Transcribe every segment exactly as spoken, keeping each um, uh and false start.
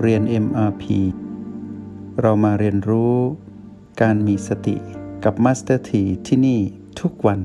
เรียน เอ็ม อาร์ พี เรามาเรียนรู้การมีสติกับ Master T ที่นี่ทุกวัน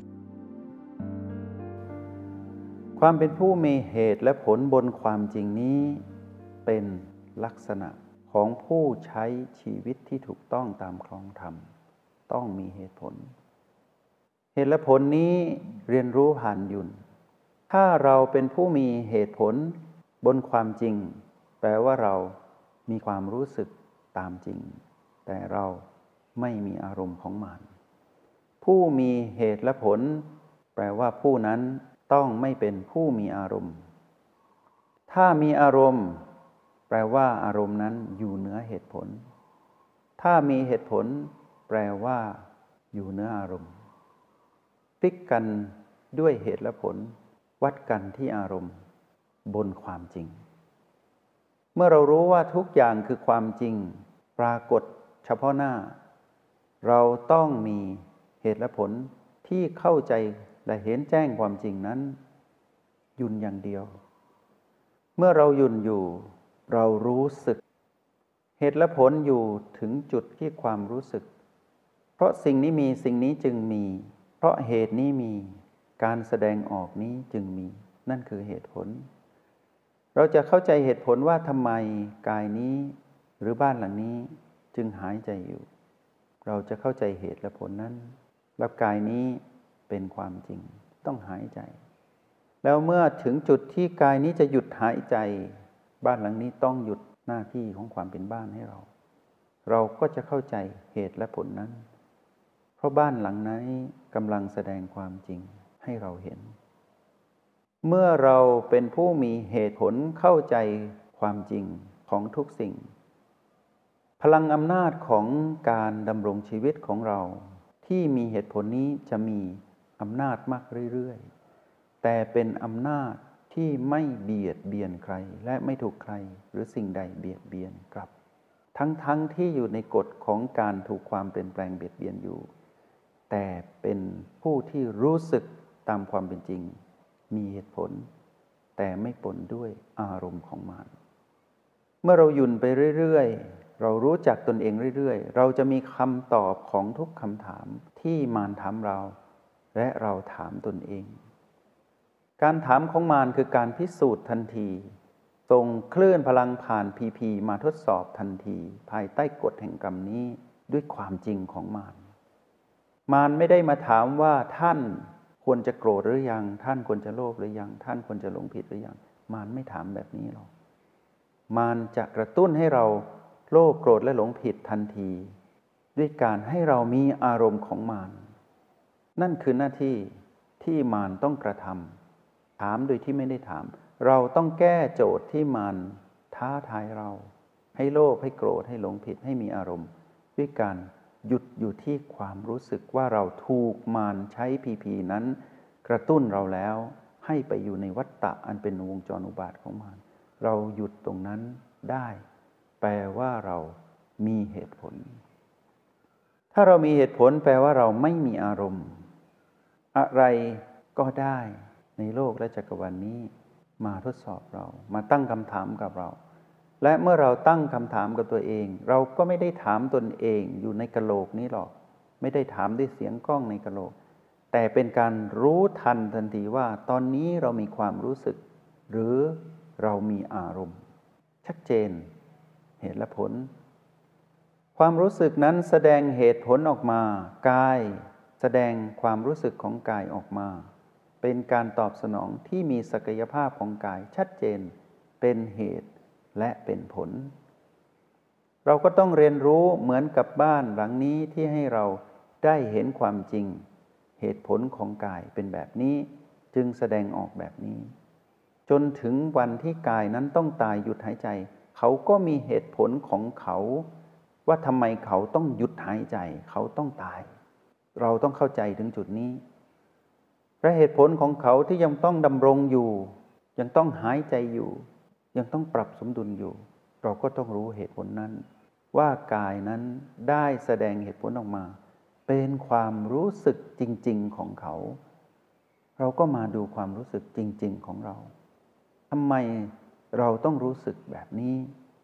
ความเป็นผู้มีเหตุและผลบนความจริงนี้เป็นลักษณะของผู้ใช้ชีวิตที่ถูกต้องตามครองธรรมต้องมีเหตุผลเหตุและผลนี้เรียนรู้ผ่านยุนถ้าเราเป็นผู้มีเหตุผลบนความจริงแปลว่าเรามีความรู้สึกตามจริงแต่เราไม่มีอารมณ์ของมันผู้มีเหตุและผลแปลว่าผู้นั้นต้องไม่เป็นผู้มีอารมณ์ถ้ามีอารมณ์แปลว่าอารมณ์นั้นอยู่เหนือเหตุผลถ้ามีเหตุผลแปลว่าอยู่เหนืออารมณ์พลิกกันด้วยเหตุและผลวัดกันที่อารมณ์บนความจริงเมื่อเรารู้ว่าทุกอย่างคือความจริงปรากฏเฉพาะหน้าเราต้องมีเหตุและผลที่เข้าใจและเห็นแจ้งความจริงนั้นหยุดอย่างเดียวเมื่อเราหยุดอยู่เรารู้สึกเหตุและผลอยู่ถึงจุดที่ความรู้สึกเพราะสิ่งนี้มีสิ่งนี้จึงมีเพราะเหตุนี้มีการแสดงออกนี้จึงมีนั่นคือเหตุผลเราจะเข้าใจเหตุผลว่าทำไมกายนี้หรือบ้านหลังนี้จึงหายใจอยู่เราจะเข้าใจเหตุและผลนั้นว่ากายนี้เป็นความจริงต้องหายใจแล้วเมื่อถึงจุดที่กายนี้จะหยุดหายใจบ้านหลังนี้ต้องหยุดหน้าที่ของความเป็นบ้านให้เราเราก็จะเข้าใจเหตุและผลนั้นเพราะบ้านหลังนั้นกำลังแสดงความจริงให้เราเห็นเมื่อเราเป็นผู้มีเหตุผลเข้าใจความจริงของทุกสิ่งพลังอำนาจของการดำรงชีวิตของเราที่มีเหตุผลนี้จะมีอำนาจมากเรื่อยๆแต่เป็นอำนาจที่ไม่เบียดเบียนใครและไม่ถูกใครหรือสิ่งใดเบียดเบียนกลับทั้งๆ ท, ที่อยู่ในกฎของการถูกความเปลี่ยนแปลงเบียดเบียนอยู่แต่เป็นผู้ที่รู้สึกตามความเป็นจริงมีเหตุผลแต่ไม่ปนด้วยอารมณ์ของมันเมื่อเราหยุ่นไปเรื่อยๆเรารู้จักตนเองเรื่อยๆเราจะมีคำตอบของทุกคำถามที่มารถามเราและเราถามตนเองการถามของมารคือการพิสูจน์ทันทีส่งคลื่นพลังผ่านพีพีมาทดสอบทันทีภายใต้กฎแห่งกรรมนี้ด้วยความจริงของมารมารไม่ได้มาถามว่าท่านควรจะโกรธหรือยังท่านควรจะโลภหรือยังท่านควรจะหลงผิดหรือยังมารไม่ถามแบบนี้หรอกมารจะกระตุ้นให้เราโลภโกรธและหลงผิดทันทีด้วยการให้เรามีอารมณ์ของมารนั่นคือหน้าที่ที่มารต้องกระทำถามโดยที่ไม่ได้ถามเราต้องแก้โจทย์ที่มารท้าทายเราให้โลภให้โกรธให้หลงผิดให้มีอารมณ์ด้วยการหยุดอยู่ที่ความรู้สึกว่าเราถูกมารใช้พีพีนั้นกระตุ้นเราแล้วให้ไปอยู่ในวัฏฏะอันเป็นวงจรอุบาทของมารเราหยุดตรงนั้นได้แปลว่าเรามีเหตุผลถ้าเรามีเหตุผลแปลว่าเราไม่มีอารมณ์อะไรก็ได้ในโลกและจักรวาลนี้มาทดสอบเรามาตั้งคำถามกับเราและเมื่อเราตั้งคำถามกับตัวเองเราก็ไม่ได้ถามตนเองอยู่ในกะโหลกนี้หรอกไม่ได้ถามด้วยเสียงกล้องในกะโหลกแต่เป็นการรู้ทันทันทีว่าตอนนี้เรามีความรู้สึกหรือเรามีอารมณ์ชัดเจนเหตุและผลความรู้สึกนั้นแสดงเหตุผลออกมากายแสดงความรู้สึกของกายออกมาเป็นการตอบสนองที่มีศักยภาพของกายชัดเจนเป็นเหตุและเป็นผลเราก็ต้องเรียนรู้เหมือนกับบ้านหลังนี้ที่ให้เราได้เห็นความจริงเหตุผลของกายเป็นแบบนี้จึงแสดงออกแบบนี้จนถึงวันที่กายนั้นต้องตายหยุดหายใจเขาก็มีเหตุผลของเขาว่าทำไมเขาต้องหยุดหายใจเขาต้องตายเราต้องเข้าใจถึงจุดนี้และเหตุผลของเขาที่ยังต้องดำรงอยู่ยังต้องหายใจอยู่ยังต้องปรับสมดุลอยู่เราก็ต้องรู้เหตุผลนั้นว่ากายนั้นได้แสดงเหตุผลออกมาเป็นความรู้สึกจริงๆของเขาเราก็มาดูความรู้สึกจริงๆของเราทำไมเราต้องรู้สึกแบบนี้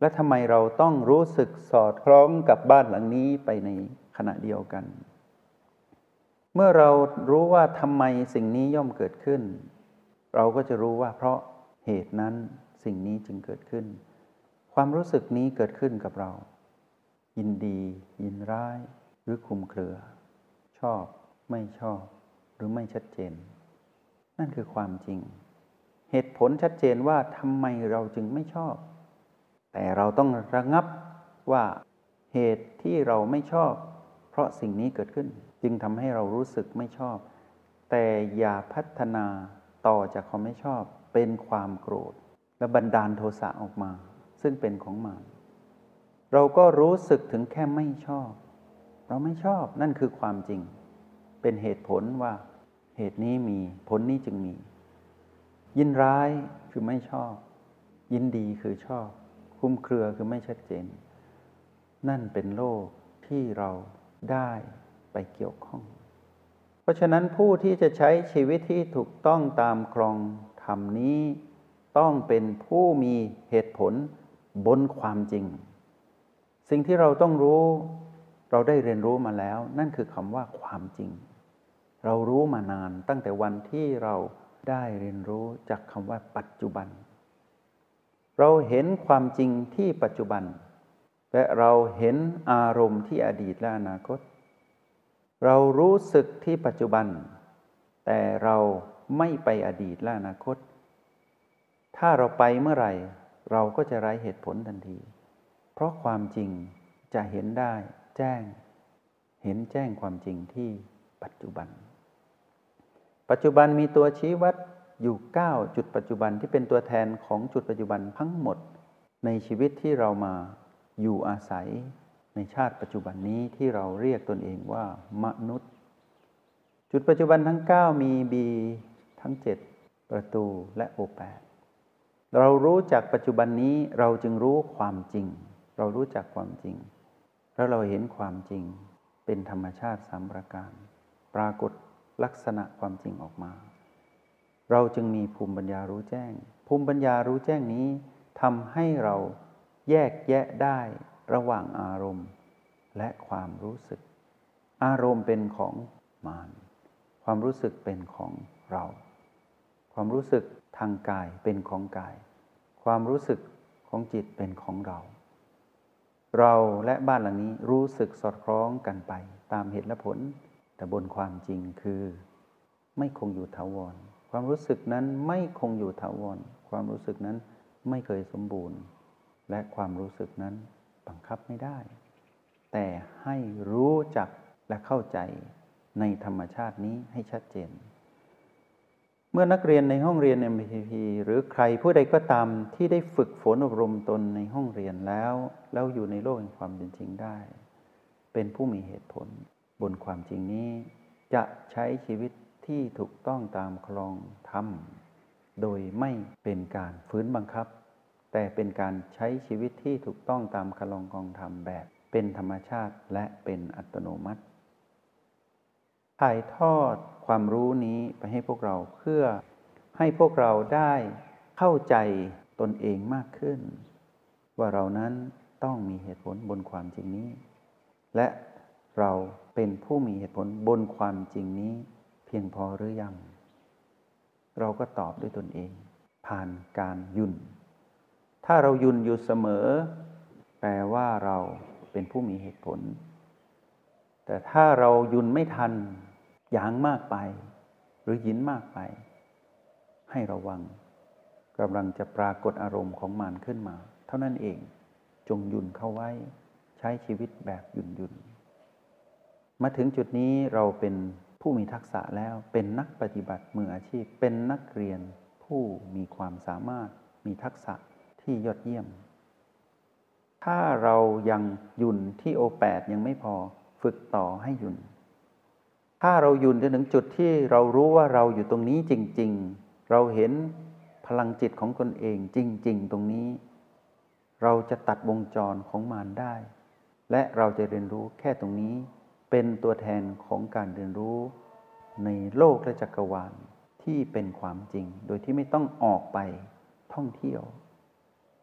และทำไมเราต้องรู้สึกสอดคล้องกับบ้านหลังนี้ไปในขณะเดียวกัน เมื่อเรารู้ว่าทำไมสิ่งนี้ย่อมเกิดขึ้นเราก็จะรู้ว่าเพราะเหตุนั้นสิ่งนี้จึงเกิดขึ้นความรู้สึกนี้เกิดขึ้นกับเรายินดียินร้ายหรือคลุมเครือชอบไม่ชอบหรือไม่ชัดเจนนั่นคือความจริงเหตุผลชัดเจนว่าทำไมเราจึงไม่ชอบแต่เราต้องระงับว่าเหตุที่เราไม่ชอบเพราะสิ่งนี้เกิดขึ้นจึงทำให้เรารู้สึกไม่ชอบแต่อย่าพัฒนาต่อจากความไม่ชอบเป็นความโกรธและบันดาลโทสะออกมาซึ่งเป็นของมารเราก็รู้สึกถึงแค่ไม่ชอบเราไม่ชอบนั่นคือความจริงเป็นเหตุผลว่าเหตุนี้มีผลนี้จึงมียินร้ายคือไม่ชอบยินดีคือชอบคลุมเครือคือไม่ชัดเจนนั่นเป็นโลกที่เราได้ไปเกี่ยวข้องเพราะฉะนั้นผู้ที่จะใช้ชีวิตที่ถูกต้องตามครองธรรมนี้ต้องเป็นผู้มีเหตุผลบนความจริงสิ่งที่เราต้องรู้เราได้เรียนรู้มาแล้วนั่นคือคำว่าความจริงเรารู้มานานตั้งแต่วันที่เราได้เรียนรู้จากคำว่าปัจจุบันเราเห็นความจริงที่ปัจจุบันและเราเห็นอารมณ์ที่อดีตและอนาคตเรารู้สึกที่ปัจจุบันแต่เราไม่ไปอดีตและอนาคตถ้าเราไปเมื่อไหร่เราก็จะไร้เหตุผลทันทีเพราะความจริงจะเห็นได้แจ้งเห็นแจ้งความจริงที่ปัจจุบันปัจจุบันมีตัวชี้วัดอยู่เก้าจุดปัจจุบันที่เป็นตัวแทนของจุดปัจจุบันทั้งหมดในชีวิตที่เรามาอยู่อาศัยในชาติปัจจุบันนี้ที่เราเรียกตนเองว่ามนุษย์จุดปัจจุบันทั้งเก้ามี B ทั้งเจ็ดประตูและ โอ แปด เรารู้จักปัจจุบันนี้เราจึงรู้ความจริงเรารู้จักความจริงแล้วเราเห็นความจริงเป็นธรรมชาติสามประการปรากฏลักษณะความจริงออกมาเราจึงมีภูมิปัญญารู้แจ้งภูมิปัญญารู้แจ้งนี้ทำให้เราแยกแยะได้ระหว่างอารมณ์และความรู้สึกอารมณ์เป็นของมารความรู้สึกเป็นของเราความรู้สึกทางกายเป็นของกายความรู้สึกของจิตเป็นของเราเราและบ้านหลังนี้รู้สึกสอดคล้องกันไปตามเหตุและผลแต่บนความจริงคือไม่คงอยู่ถาวรความรู้สึกนั้นไม่คงอยู่ถาวรความรู้สึกนั้นไม่เคยสมบูรณ์และความรู้สึกนั้นบังคับไม่ได้แต่ให้รู้จักและเข้าใจในธรรมชาตินี้ให้ชัดเจนเมื่อนักเรียนในห้องเรียน เอ็ม พี พี หรือใครผู้ใดก็ตามที่ได้ฝึกฝนอบรมตนในห้องเรียนแล้วแล้วอยู่ในโลกแห่งความเป็นจริงได้เป็นผู้มีเหตุผลบนความจริงนี้จะใช้ชีวิตที่ถูกต้องตามครองธรรมโดยไม่เป็นการฝืนบังคับแต่เป็นการใช้ชีวิตที่ถูกต้องตามครองกองธรรมแบบเป็นธรรมชาติและเป็นอัตโนมัติถ่ายทอดความรู้นี้ไปให้พวกเราเพื่อให้พวกเราได้เข้าใจตนเองมากขึ้นว่าเรานั้นต้องมีเหตุผลบนความจริงนี้และเราเป็นผู้มีเหตุผลบนความจริงนี้เพียงพอหรือยังเราก็ตอบด้วยตนเองผ่านการยุ่นถ้าเรายุ่นอยู่เสมอแปลว่าเราเป็นผู้มีเหตุผลแต่ถ้าเรายุ่นไม่ทันหยางมากไปหรือหยินมากไปให้ระวังกำลังจะปรากฏอารมณ์ของมารขึ้นมาเท่านั้นเองจงยุ่นเข้าไว้ใช้ชีวิตแบบยุ่นยุ่นมาถึงจุดนี้เราเป็นผู้มีทักษะแล้วเป็นนักปฏิบัติมืออาชีพเป็นนักเรียนผู้มีความสามารถมีทักษะที่ยอดเยี่ยมถ้าเรายังยุ่นที่ โอ แปด ยังไม่พอฝึกต่อให้ยุ่นถ้าเรายุ่นจนถึงจุดที่เรารู้ว่าเราอยู่ตรงนี้จริงๆเราเห็นพลังจิตของตนเองจริงๆตรงนี้เราจะตัดวงจรของมารได้และเราจะเรียนรู้แค่ตรงนี้เป็นตัวแทนของการเรียนรู้ในโลกและจักรวาลที่เป็นความจริงโดยที่ไม่ต้องออกไปท่องเที่ยว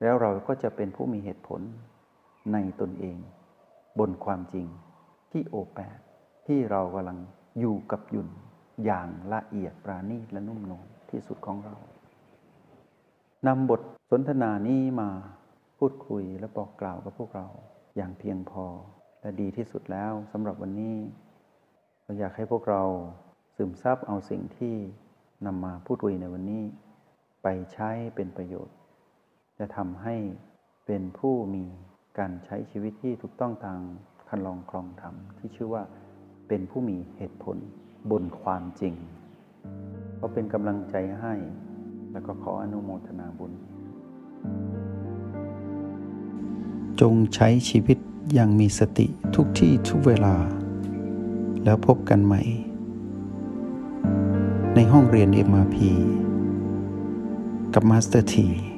แล้วเราก็จะเป็นผู้มีเหตุผลในตนเองบนความจริงที่โอแปดที่เรากำลังอยู่กับหยุ่นอย่างละเอียดปราณีตและนุ่มนวลที่สุดของเรานำบทสนทนานี้มาพูดคุยและบอกกล่าวกับพวกเราอย่างเพียงพอและดีที่สุดแล้วสำหรับวันนี้เราอยากให้พวกเราซึมซับเอาสิ่งที่นำมาพูดคุยในวันนี้ไปใช้เป็นประโยชน์จะทำให้เป็นผู้มีการใช้ชีวิตที่ถูกต้องทางคันลองครองธรรมที่ชื่อว่าเป็นผู้มีเหตุผลบนความจริงก็เป็นกำลังใจให้แล้วก็ขออนุโมทนาบุญจงใช้ชีวิตอย่างมีสติทุกที่ทุกเวลาแล้วพบกันใหม่ในห้องเรียน เอ็ม อาร์ พี กับมาสเตอร์ ที